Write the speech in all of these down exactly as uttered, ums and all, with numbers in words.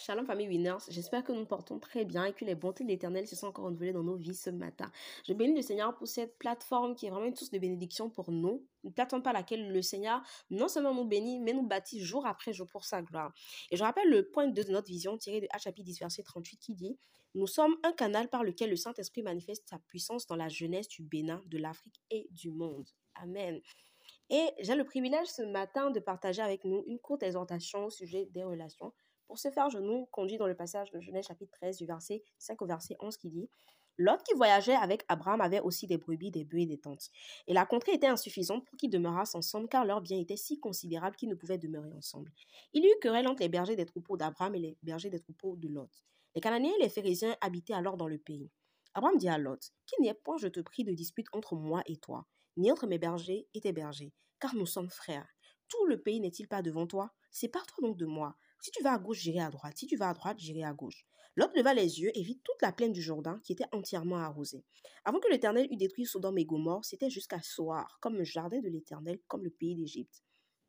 Shalom famille Winners, j'espère que nous portons très bien et que les bontés de l'Éternel se sont encore renouvelées dans nos vies ce matin. Je bénis le Seigneur pour cette plateforme qui est vraiment une source de bénédiction pour nous, une plateforme par laquelle le Seigneur non seulement nous bénit, mais nous bâtit jour après jour pour sa gloire. Et je rappelle le point deux de notre vision tiré de Actes chapitre dix verset trente-huit qui dit « Nous sommes un canal par lequel le Saint-Esprit manifeste sa puissance dans la jeunesse du Bénin, de l'Afrique et du monde. » Amen. Et j'ai le privilège ce matin de partager avec nous une courte exhortation au sujet des relations. Pour ce faire, je nous conduis dans le passage de Genèse chapitre treize du verset cinq au verset onze qui dit « Lot qui voyageait avec Abraham avait aussi des brebis, des bœufs et des tentes. Et la contrée était insuffisante pour qu'ils demeurassent ensemble car leurs biens étaient si considérables qu'ils ne pouvaient demeurer ensemble. Il y eut querelle entre les bergers des troupeaux d'Abraham et les bergers des troupeaux de Lot. Les Cananéens et les Phérésiens habitaient alors dans le pays. Abraham dit à Lot « Qu'il n'y ait point, je te prie, de dispute entre moi et toi, ni entre mes bergers et tes bergers, car nous sommes frères. Tout le pays n'est-il pas devant toi? Sépare-toi donc de moi. Si tu vas à gauche, j'irai à droite. Si tu vas à droite, j'irai à gauche. » Lot leva les yeux et vit toute la plaine du Jourdain qui était entièrement arrosée. Avant que l'Éternel eût détruit Sodome et Gomorrhe, c'était jusqu'à Soar, comme le jardin de l'Éternel, comme le pays d'Égypte.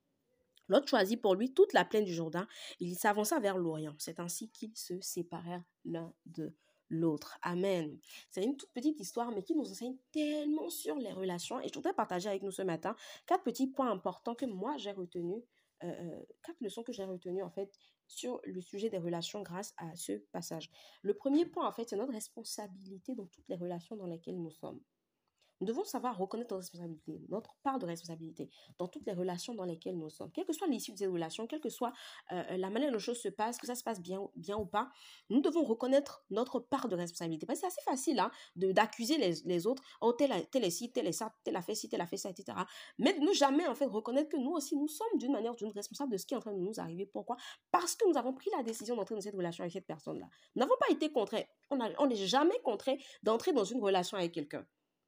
Lot choisit pour lui toute la plaine du Jourdain et il s'avança vers l'Orient. C'est ainsi qu'ils se séparèrent l'un de l'autre. Amen. C'est une toute petite histoire, mais qui nous enseigne tellement sur les relations. Et je voudrais partager avec nous ce matin quatre petits points importants que moi j'ai retenus, euh, quatre leçons que j'ai retenues en fait sur le sujet des relations grâce à ce passage. Le premier point en fait, c'est notre responsabilité dans toutes les relations dans lesquelles nous sommes. Nous devons savoir reconnaître notre responsabilité, notre part de responsabilité dans toutes les relations dans lesquelles nous sommes. Quelle que soit l'issue de ces relations, quelle que soit euh, la manière dont les choses se passent, que ça se passe bien, bien ou pas, nous devons reconnaître notre part de responsabilité. Parce que c'est assez facile hein, de, d'accuser les, les autres. Oh, tel, tel est ci, tel est ça, tel a fait ci, tel a fait ça, et cetera. Mais de ne jamais en fait reconnaître que nous aussi, nous sommes d'une manière ou d'une autre responsables de ce qui est en train de nous arriver. Pourquoi? Parce que nous avons pris la décision d'entrer dans cette relation avec cette personne-là. Nous n'avons pas été contraints. On n'est jamais contraint d'entrer dans une relation avec quelqu'un.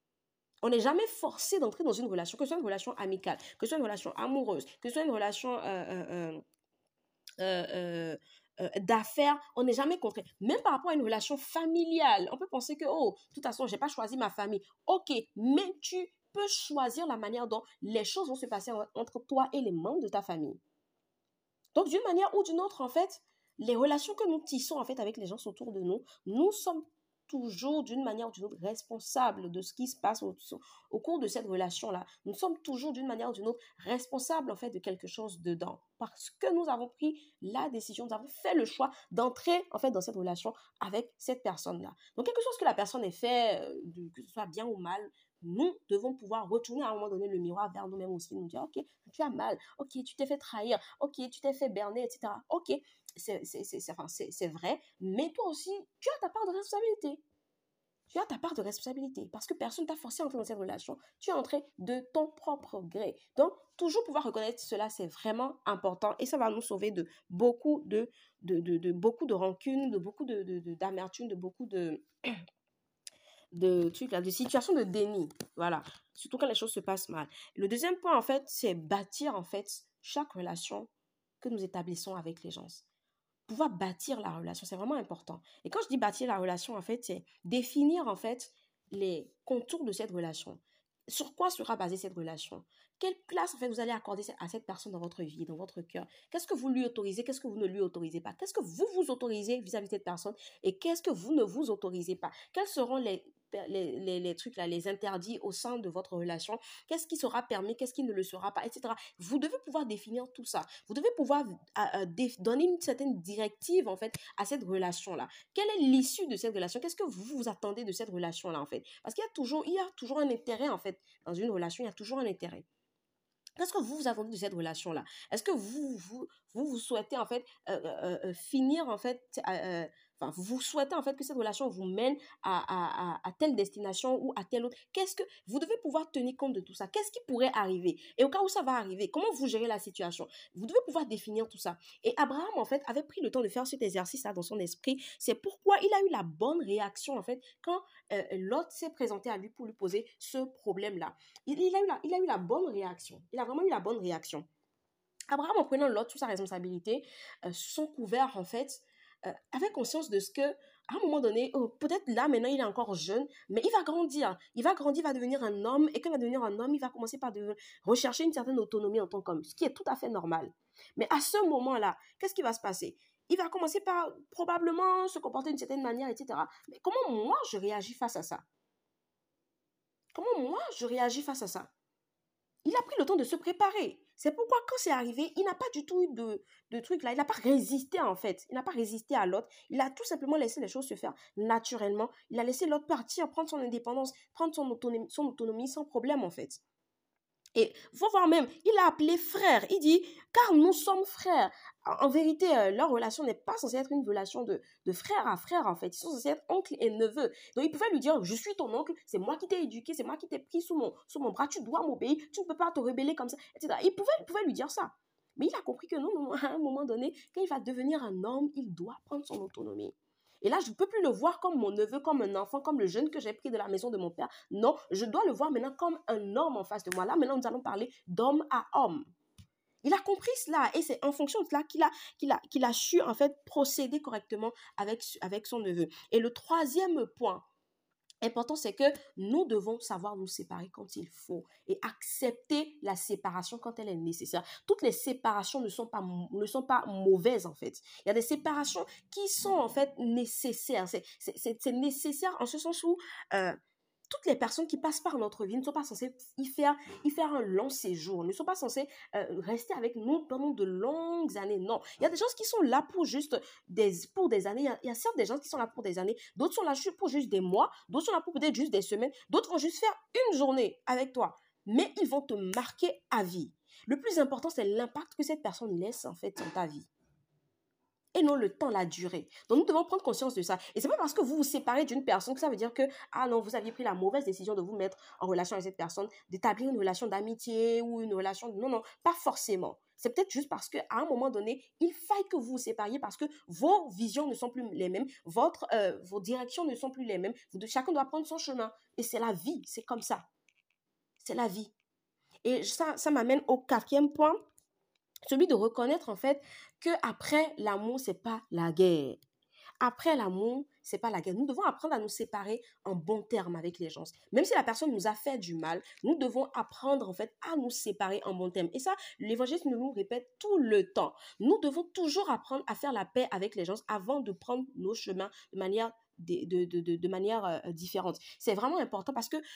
On n'est jamais forcé d'entrer dans une relation, que ce soit une relation amicale, que ce soit une relation amoureuse, que ce soit une relation euh, euh, euh, euh, euh, d'affaires, on n'est jamais contraint. Même par rapport à une relation familiale, on peut penser que, oh, de toute façon, je n'ai pas choisi ma famille. Ok, mais tu peux choisir la manière dont les choses vont se passer entre toi et les membres de ta famille. Donc, d'une manière ou d'une autre, en fait, les relations que nous tissons en fait, avec les gens autour de nous, nous sommes toujours d'une manière ou d'une autre responsables de ce qui se passe au, au cours de cette relation-là. Nous sommes toujours d'une manière ou d'une autre responsables en fait de quelque chose dedans parce que nous avons pris la décision, nous avons fait le choix d'entrer en fait dans cette relation avec cette personne-là. Donc quelque chose que la personne ait fait, euh, que ce soit bien ou mal, nous devons pouvoir retourner à un moment donné le miroir vers nous-mêmes aussi, nous dire ok, tu as mal, ok, tu t'es fait trahir, ok, tu t'es fait berner, et cetera. Ok, c'est, c'est, c'est, enfin, c'est, c'est vrai, mais toi aussi, tu as ta part de responsabilité. Tu as ta part de responsabilité parce que personne ne t'a forcé à entrer dans cette relation. Tu es entré de ton propre gré. Donc, toujours pouvoir reconnaître cela, c'est vraiment important et ça va nous sauver de beaucoup de, de, de, de, beaucoup de rancune, de beaucoup de, de, de, d'amertume, de beaucoup de... de trucs là, de situations de déni, voilà, surtout quand les choses se passent mal. Le deuxième point en fait, c'est bâtir en fait chaque relation que nous établissons avec les gens. Pouvoir bâtir la relation, c'est vraiment important. Et quand je dis bâtir la relation, en fait, c'est définir en fait les contours de cette relation. Sur quoi sera basée cette relation? Quelle place en fait vous allez accorder à cette personne dans votre vie, dans votre cœur? Qu'est-ce que vous lui autorisez? Qu'est-ce que vous ne lui autorisez pas? Qu'est-ce que vous vous autorisez vis-à-vis de cette personne? Et qu'est-ce que vous ne vous autorisez pas? Quels seront les Les, les, les trucs là, les interdits au sein de votre relation, qu'est-ce qui sera permis, qu'est-ce qui ne le sera pas, et cetera. Vous devez pouvoir définir tout ça. Vous devez pouvoir euh, euh, donner une certaine directive en fait à cette relation-là. Quelle est l'issue de cette relation? Qu'est-ce que vous vous attendez de cette relation-là en fait? Parce qu'il y a toujours, il y a toujours un intérêt en fait dans une relation, il y a toujours un intérêt. Qu'est-ce que vous vous attendez de cette relation-là? Est-ce que vous vous, vous, vous souhaitez en fait euh, euh, euh, finir en fait, euh, enfin vous souhaitez en fait que cette relation vous mène à, à, à, à telle destination ou à telle autre? Qu'est-ce que vous devez pouvoir tenir compte de tout ça? Qu'est-ce qui pourrait arriver? Et au cas où ça va arriver, comment vous gérez la situation? Vous devez pouvoir définir tout ça. Et Abraham en fait avait pris le temps de faire cet exercice-là dans son esprit. C'est pourquoi il a eu la bonne réaction en fait quand euh, Lot s'est présenté à lui pour lui poser ce problème-là. Il, il, a eu la, il a eu la bonne réaction. Il a vraiment eu la bonne réaction. Abraham, en prenant Lot sous sa responsabilité, euh, sous son couvert, en fait, euh, avait conscience de ce que, à un moment donné, oh, peut-être là, maintenant, il est encore jeune, mais il va grandir. Il va grandir, il va devenir un homme, et quand il va devenir un homme, il va commencer par de, rechercher une certaine autonomie en tant qu'homme, ce qui est tout à fait normal. Mais à ce moment-là, qu'est-ce qui va se passer? il va commencer par probablement se comporter d'une certaine manière, et cetera. Mais comment moi, je réagis face à ça? Comment moi, je réagis face à ça? Il a pris le temps de se préparer. C'est pourquoi quand c'est arrivé, il n'a pas du tout eu de, de truc là. Il n'a pas résisté en fait. Il n'a pas résisté à l'autre. Il a tout simplement laissé les choses se faire naturellement. Il a laissé l'autre partir, prendre son indépendance, prendre son autonomie, son autonomie sans problème en fait. Et faut voir même, il a appelé frère. Il dit, car nous sommes frères. En, en vérité, euh, leur relation n'est pas censée être une relation de, de frère à frère, en fait. Ils sont censés être oncle et neveu. Donc, il pouvait lui dire, je suis ton oncle, c'est moi qui t'ai éduqué, c'est moi qui t'ai pris sous mon, sous mon bras, tu dois m'obéir, tu ne peux pas te rebeller comme ça, et cetera. Il pouvait, il pouvait lui dire ça. Mais il a compris que non, non, à un moment donné, quand il va devenir un homme, il doit prendre son autonomie. Et là, je ne peux plus le voir comme mon neveu, comme un enfant, comme le jeune que j'ai pris de la maison de mon père. Non, je dois le voir maintenant comme un homme en face de moi. Là, maintenant, nous allons parler d'homme à homme. Il a compris cela et c'est en fonction de cela qu'il a, qu'il a, qu'il a su en fait procéder correctement avec, avec son neveu. Et le troisième point important, c'est que nous devons savoir nous séparer quand il faut et accepter la séparation quand elle est nécessaire. Toutes les séparations ne sont pas, ne sont pas mauvaises en fait. Il y a des séparations qui sont en fait nécessaires. C'est, c'est, c'est, c'est nécessaire en ce sens où euh, toutes les personnes qui passent par notre vie ne sont pas censées y faire, y faire un long séjour, ne sont pas censées euh, rester avec nous pendant de longues années. Non, il y a des gens qui sont là pour juste des, pour des années. Il y, a, il y a certes des gens qui sont là pour des années, d'autres sont là pour juste des mois, d'autres sont là pour peut-être juste des semaines, d'autres vont juste faire une journée avec toi. Mais ils vont te marquer à vie. Le plus important, c'est l'impact que cette personne laisse en fait dans ta vie. Et non le temps, la durée. Donc, nous devons prendre conscience de ça. Et c'est pas parce que vous vous séparez d'une personne que ça veut dire que, ah non, vous aviez pris la mauvaise décision de vous mettre en relation avec cette personne, d'établir une relation d'amitié ou une relation... De... Non, non, pas forcément. C'est peut-être juste parce qu'à un moment donné, il faille que vous vous sépariez parce que vos visions ne sont plus les mêmes, votre, euh, vos directions ne sont plus les mêmes. Chacun doit prendre son chemin. Et c'est la vie, c'est comme ça. C'est la vie. Et ça, ça m'amène au quatrième point. Celui de reconnaître en fait que après l'amour, c'est pas la guerre. Après l'amour, c'est pas la guerre. Nous devons apprendre à nous séparer en bons termes avec les gens. Même si la personne nous a fait du mal, nous devons apprendre en fait à nous séparer en bons termes. Et ça, l'évangile nous le répète tout le temps. Nous devons toujours apprendre à faire la paix avec les gens avant de prendre nos chemins de manière, de, de, de, de, de manière euh, différente. C'est vraiment important parce que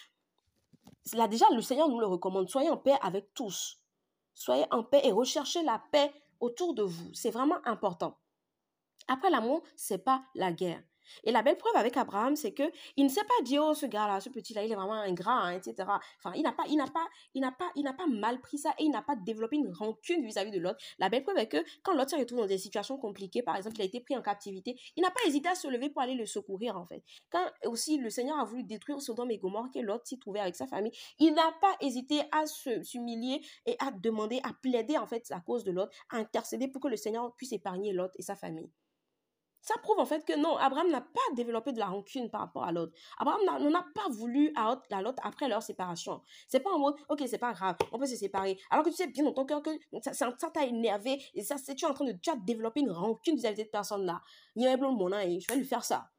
là déjà, le Seigneur nous le recommande. Soyez en paix avec tous. Soyez en paix et recherchez la paix autour de vous. C'est vraiment important. Après l'amour, c'est pas la guerre. Et la belle preuve avec Abraham, c'est que il ne s'est pas dit, oh, ce gars-là, ce petit-là, il est vraiment ingrat, hein, et cetera. Enfin, il n'a pas, il n'a pas, il n'a pas, il n'a pas mal pris ça et il n'a pas développé une rancune vis-à-vis de l'autre. La belle preuve est que quand l'autre se retrouve dans des situations compliquées, par exemple, il a été pris en captivité, il n'a pas hésité à se lever pour aller le secourir, en fait. Quand aussi le Seigneur a voulu détruire Sodome et Gomorrhe, que l'autre s'y trouvait avec sa famille, il n'a pas hésité à se, s'humilier et à demander, à plaider, en fait, à cause de l'autre, à intercéder pour que le Seigneur puisse épargner l'autre et sa famille. Ça prouve en fait que non, Abraham n'a pas développé de la rancune par rapport à l'autre. Abraham n'en a pas voulu à l'autre après leur séparation. C'est pas en mode, ok, c'est pas grave, on peut se séparer. Alors que tu sais bien dans ton cœur que ça, ça, ça t'a énervé et ça, c'est tu es en train de, tu as développé une rancune vis-à-vis de cette personne-là. Il y a un blond mon et je vais lui faire ça.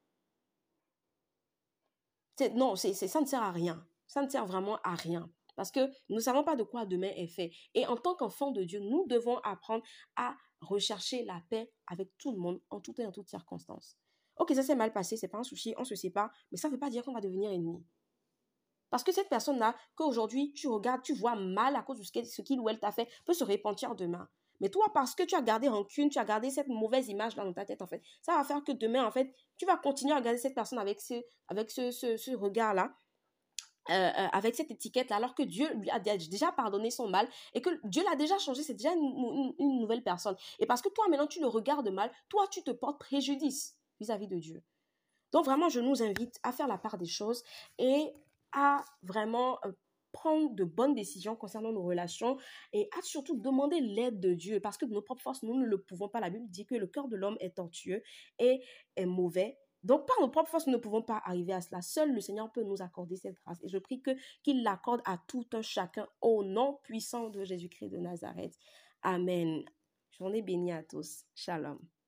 C'est, non, c'est, c'est, ça ne sert à rien. Ça ne sert vraiment à rien. Parce que nous ne savons pas de quoi demain est fait. Et en tant qu'enfants de Dieu, nous devons apprendre à rechercher la paix avec tout le monde, en tout et en toutes circonstances. Ok, ça s'est mal passé, c'est pas un souci, on se sépare, mais ça ne veut pas dire qu'on va devenir ennemis. Parce que cette personne-là, qu'aujourd'hui tu regardes, tu vois mal à cause de ce qu'il ou elle t'a fait, peut se repentir demain. Mais toi, parce que tu as gardé rancune, tu as gardé cette mauvaise image là dans ta tête, en fait, ça va faire que demain, en fait, tu vas continuer à regarder cette personne avec ce, avec ce, ce, ce regard-là. Euh, euh, avec cette étiquette-là, alors que Dieu lui a déjà pardonné son mal et que Dieu l'a déjà changé, c'est déjà une, une, une nouvelle personne. Et parce que toi, maintenant, tu le regardes mal, toi, tu te portes préjudice vis-à-vis de Dieu. Donc, vraiment, je nous invite à faire la part des choses et à vraiment euh, prendre de bonnes décisions concernant nos relations et à surtout demander l'aide de Dieu parce que de nos propres forces, nous ne le pouvons pas. La Bible dit que le cœur de l'homme est tortueux et est mauvais. Donc, par nos propres forces, nous ne pouvons pas arriver à cela. Seul le Seigneur peut nous accorder cette grâce. Et je prie que, qu'il l'accorde à tout un chacun au nom puissant de Jésus-Christ de Nazareth. Amen. Journée bénie à tous. Shalom.